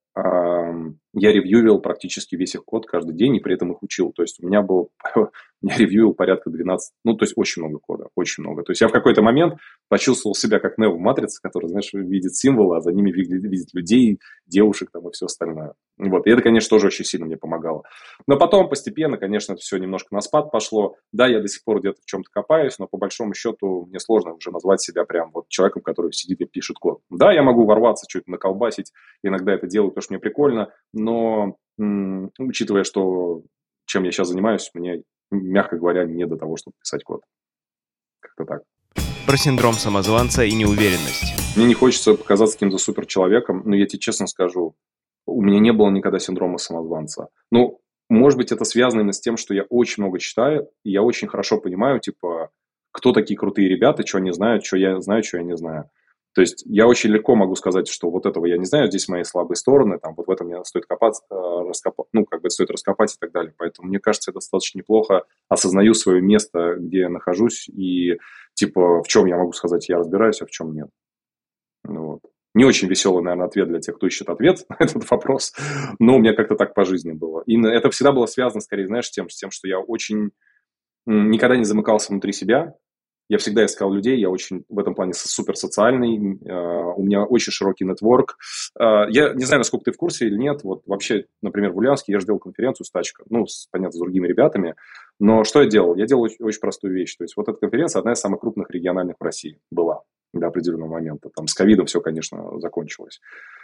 я ревьювил практически весь их код каждый день, и при этом их учил. То есть у меня ревьюил порядка 12, ну, то есть очень много кода, очень много. То есть я в какой-то момент почувствовал себя как Нео в «Матрице», который, знаешь, видит символы, а за ними видит людей, девушек там и все остальное. Вот. И это, конечно, тоже очень сильно мне помогало. Но потом постепенно, конечно, это все немножко на спад пошло. Да, я до сих пор где-то в чем-то копаюсь, но по большому счету мне сложно уже назвать себя прям вот человеком, который сидит и пишет код. Да, я могу ворваться, что-то наколбасить, иногда это делаю, потому что мне прикольно, но учитывая, что чем я сейчас занимаюсь, мне, мягко говоря, не до того, чтобы писать код. Как-то так. Про синдром самозванца и неуверенность. Мне не хочется показаться каким-то суперчеловеком, но я тебе честно скажу, у меня не было никогда синдрома самозванца. Ну, может быть, это связано именно с тем, что я очень много читаю, и я очень хорошо понимаю, типа, кто такие крутые ребята, что они знают, что я знаю, что я не знаю. То есть я очень легко могу сказать, что вот этого я не знаю, здесь мои слабые стороны, там, вот в этом мне стоит копаться, ну, как бы стоит раскопать и так далее. Поэтому, мне кажется, я достаточно неплохо осознаю свое место, где я нахожусь, и, типа, в чем я могу сказать, я разбираюсь, а в чем нет. Вот. Не очень веселый, наверное, ответ для тех, кто ищет ответ на этот вопрос, но у меня как-то так по жизни было. И это всегда было связано, скорее, знаешь, с тем, что я очень никогда не замыкался внутри себя. Я всегда искал людей, я очень в этом плане суперсоциальный, у меня очень широкий нетворк. Я не знаю, насколько ты в курсе или нет, вот вообще, например, в Ульяновске я же делал конференцию с Тачка, ну, понятно, с другими ребятами, но что я делал? Я делал очень простую вещь, то есть вот эта конференция одна из самых крупных региональных в России была до определенного момента. Там с ковидом все, конечно, закончилось.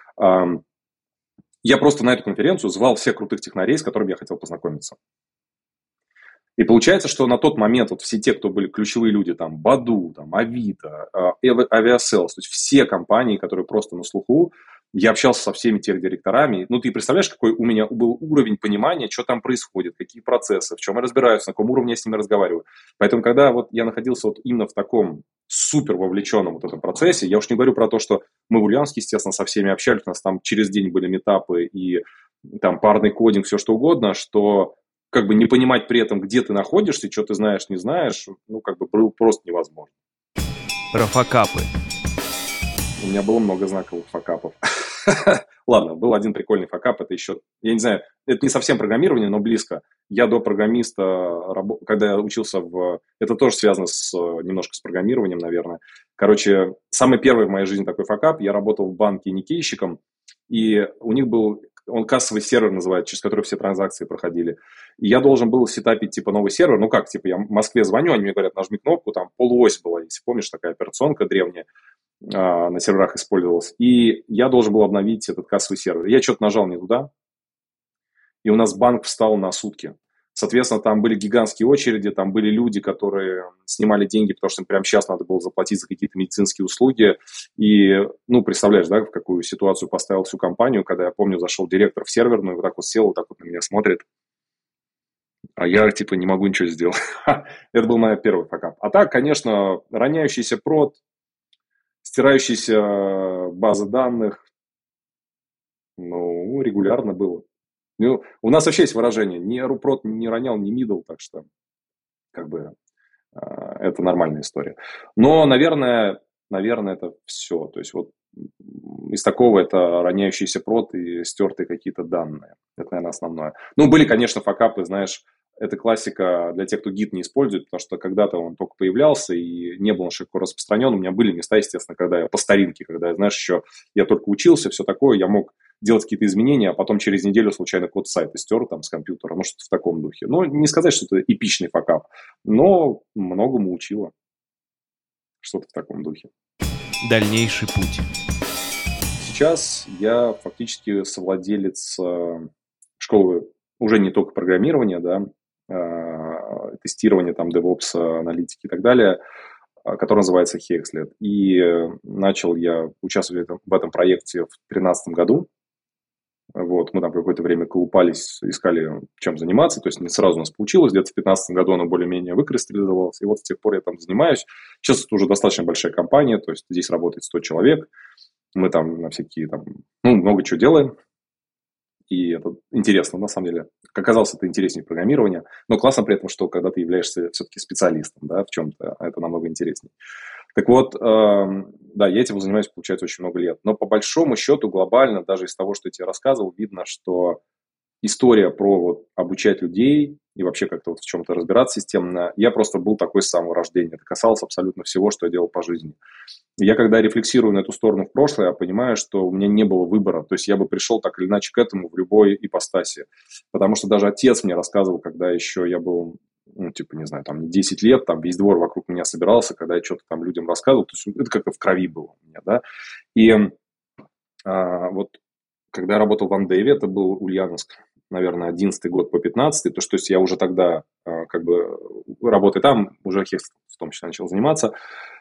Я просто на эту конференцию звал всех крутых технарей, с которыми я хотел познакомиться. И получается, что на тот момент вот все те, кто были ключевые люди, там, Баду, там, Авито, Авиаселс, то есть все компании, которые просто на слуху, я общался со всеми тех директорами. Ну, ты представляешь, какой у меня был уровень понимания, что там происходит, какие процессы, в чем я разбираюсь, на каком уровне я с ними разговариваю. Поэтому, когда вот я находился вот именно в таком супер вовлеченном вот этом процессе, я уж не говорю про то, что мы в Ульяновске, естественно, со всеми общались, у нас там через день были митапы и там парный кодинг, все что угодно, что как бы не понимать при этом, где ты находишься, что ты знаешь, не знаешь, ну, как бы было просто невозможно. Про факапы. У меня было много знаковых факапов. Ладно, был один прикольный факап, это еще, я не знаю, это не совсем программирование, но близко. Я до программиста, когда я учился это тоже связано немножко с программированием, наверное. Короче, самый первый в моей жизни такой факап, я работал в банке никейщиком, и у них был, он кассовый сервер называют, через который все транзакции проходили. И я должен был сетапить, типа, новый сервер. Ну как, типа, я в Москве звоню, они мне говорят, нажми кнопку, там полуось была, если помнишь, такая операционка древняя на серверах использовалась. И я должен был обновить этот кассовый сервер. Я что-то нажал не туда, и у нас банк встал на сутки. Соответственно, там были гигантские очереди, там были люди, которые снимали деньги, потому что им прямо сейчас надо было заплатить за какие-то медицинские услуги. И, ну, представляешь, да, в какую ситуацию поставил всю компанию, когда, я помню, зашел директор в серверную, вот так вот сел, вот так вот на меня смотрит, а я, типа, не могу ничего сделать. Это был мой первый факап. А так, конечно, роняющийся прод, стирающиеся базы данных, ну, регулярно было. Ну, у нас вообще есть выражение, ни рупрот не ронял, ни мидл, так что, как бы, это нормальная история. Но, наверное, это все. То есть, вот из такого это роняющийся прод и стертые какие-то данные. Это, наверное, основное. Ну, были, конечно, факапы, знаешь, это классика для тех, кто гид не использует, потому что когда-то он только появлялся и не был он широко распространен. У меня были места, естественно, когда я по старинке, когда, знаешь, еще я только учился, все такое, я мог делать какие-то изменения, а потом через неделю случайно код сайта стер там с компьютера, ну, что-то в таком духе. Ну, не сказать, что это эпичный факап, но многому учило. Что-то в таком духе. Дальнейший путь. Сейчас я фактически совладелец школы уже не только программирования, да, тестирования, там, DevOps, аналитики и так далее, который называется Hexlet. И начал я участвовать в этом проекте в 2013 году. Вот, мы там какое-то время колупались, искали, чем заниматься, то есть не сразу у нас получилось, где-то в 2015 году оно более-менее выкристаллизовалось, и вот с тех пор я там занимаюсь. Сейчас это уже достаточно большая компания, то есть здесь работает 100 человек, мы там на всякие, там, много чего делаем, и это интересно, на самом деле. Как оказалось, это интереснее программирования, но классно при этом, что когда ты являешься все-таки специалистом, да, в чем-то, это намного интереснее. Так вот, да, я этим занимаюсь, получается, очень много лет. Но по большому счету, глобально, даже из того, что я тебе рассказывал, видно, что история про вот обучать людей и вообще как-то вот в чем-то разбираться системно, я просто был такой с самого рождения. Это касалось абсолютно всего, что я делал по жизни. И я когда рефлексирую на эту сторону в прошлое, я понимаю, что у меня не было выбора. То есть я бы пришел так или иначе к этому в любой ипостаси. Потому что даже отец мне рассказывал, когда еще я был, не знаю, там, 10 лет, там, весь двор вокруг меня собирался, когда я что-то там людям рассказывал, то есть это как-то в крови было у меня, да. И вот когда я работал в Андеве, это был Ульяновск, наверное, 11-й год по 15-й, то есть я уже тогда, как бы, работая там, уже Хекс в том числе начал заниматься,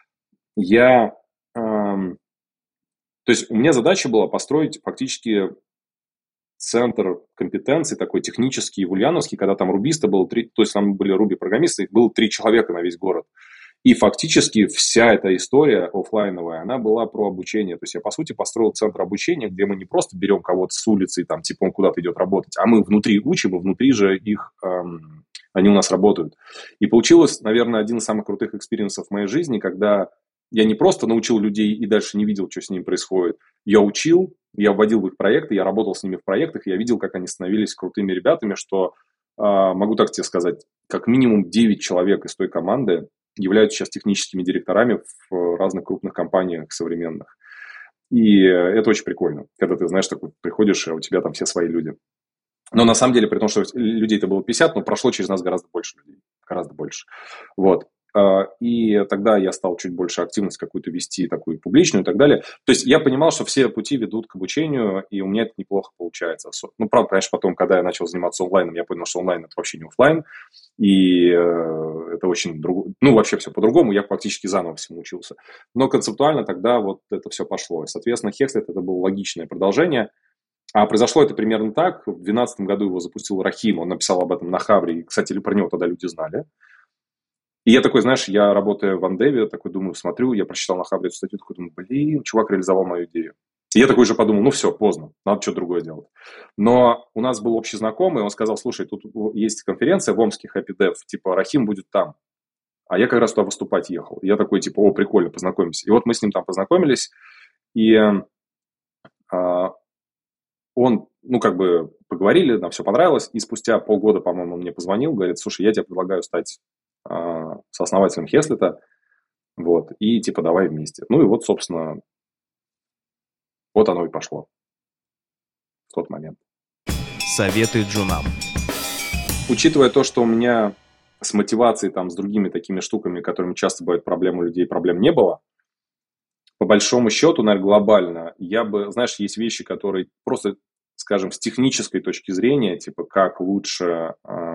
то есть у меня задача была построить фактически центр компетенций такой технический в Ульяновске, когда там рубисты было 3, то есть там были руби-программисты, их было 3 человека на весь город. И фактически вся эта история офлайновая, она была про обучение. То есть я, по сути, построил центр обучения, где мы не просто берем кого-то с улицы, там, типа он куда-то идет работать, а мы внутри учим, и внутри же их, они у нас работают. И получилось, наверное, один из самых крутых экспириенсов в моей жизни, когда я не просто научил людей и дальше не видел, что с ними происходит. Я учил, я вводил в их проекты, я работал с ними в проектах, и я видел, как они становились крутыми ребятами, что, могу так тебе сказать, как минимум 9 человек из той команды являются сейчас техническими директорами в разных крупных компаниях современных. И это очень прикольно, когда ты, знаешь, такой приходишь, а у тебя там все свои люди. Но на самом деле, при том, что людей-то было 50, но прошло через нас гораздо больше людей. Гораздо больше. Вот. И тогда я стал чуть больше активность какую-то вести, такую публичную и так далее. То есть я понимал, что все пути ведут к обучению, и у меня это неплохо получается. Правда, конечно, потом, когда я начал заниматься онлайном, я понял, что онлайн – это вообще не офлайн, и это очень вообще все по-другому, я фактически заново всему учился. Но концептуально тогда вот это все пошло. И, соответственно, Hexlet – это было логичное продолжение. А произошло это примерно так. В 2012 году его запустил Рахим, он написал об этом на Хабре, и, кстати, про него тогда люди знали. И я такой, знаешь, я работаю в Андеве, такой думаю, смотрю, я прочитал на Хабре эту статью, такой думаю, чувак реализовал мою идею. И я такой же подумал, все, поздно, надо что-то другое делать. Но у нас был общий знакомый, он сказал, слушай, тут есть конференция в Омске, Happy Dev, типа Рахим будет там. А я как раз туда выступать ехал. И я такой, типа, прикольно, познакомимся. И вот мы с ним там познакомились, и он, поговорили, нам все понравилось, и спустя полгода, по-моему, он мне позвонил, говорит, слушай, я тебе предлагаю стать сооснователем Хеслета, вот, и типа давай вместе. Ну и вот, собственно, вот оно и пошло в тот момент. Советы джунам. Учитывая то, что у меня с мотивацией, там, с другими такими штуками, которыми часто бывают проблемы у людей, проблем не было, по большому счету, наверное, глобально, знаешь, есть вещи, которые просто, скажем, с технической точки зрения, типа, как лучше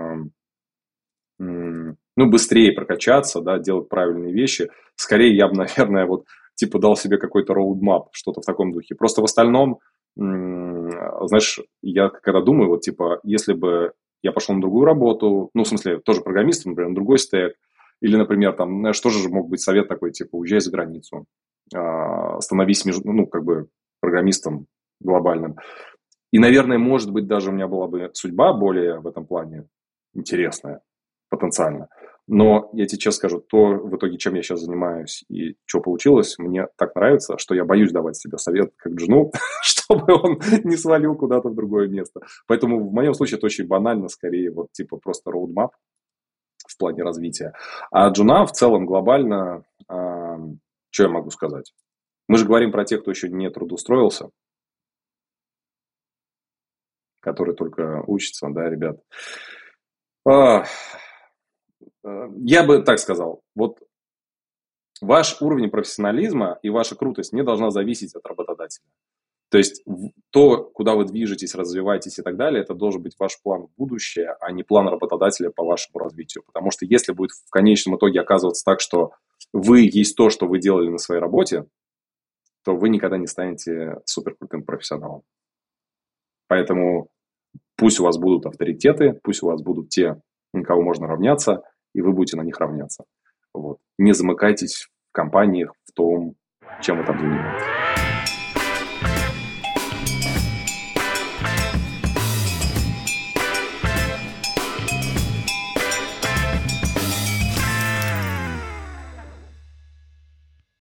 быстрее прокачаться, да, делать правильные вещи. Скорее, я бы, наверное, дал себе какой-то roadmap, что-то в таком духе. Просто в остальном, знаешь, я когда думаю, если бы я пошел на другую работу, в смысле, тоже программистом, например, на другой стек, или, например, там, знаешь, тоже мог быть совет такой, типа, уезжай за границу, становись, программистом глобальным. И, наверное, может быть, даже у меня была бы судьба более в этом плане интересная, потенциально. Но я тебе честно скажу, то в итоге, чем я сейчас занимаюсь и что получилось, мне так нравится, что я боюсь давать себе совет как джуну, чтобы он не свалил куда-то в другое место. Поэтому в моем случае это очень банально, скорее, просто roadmap в плане развития. А джуна в целом глобально, что я могу сказать? Мы же говорим про тех, кто еще не трудоустроился, который только учится, да, ребят. Я бы так сказал, ваш уровень профессионализма и ваша крутость не должна зависеть от работодателя. То есть то, куда вы движетесь, развиваетесь и так далее, это должен быть ваш план в будущее, а не план работодателя по вашему развитию. Потому что если будет в конечном итоге оказываться так, что вы есть то, что вы делали на своей работе, то вы никогда не станете суперкрутым профессионалом. Поэтому пусть у вас будут авторитеты, пусть у вас будут те, на кого можно равняться, и вы будете на них равняться. Вот. Не замыкайтесь в компаниях, в том, чем вы там занимаетесь.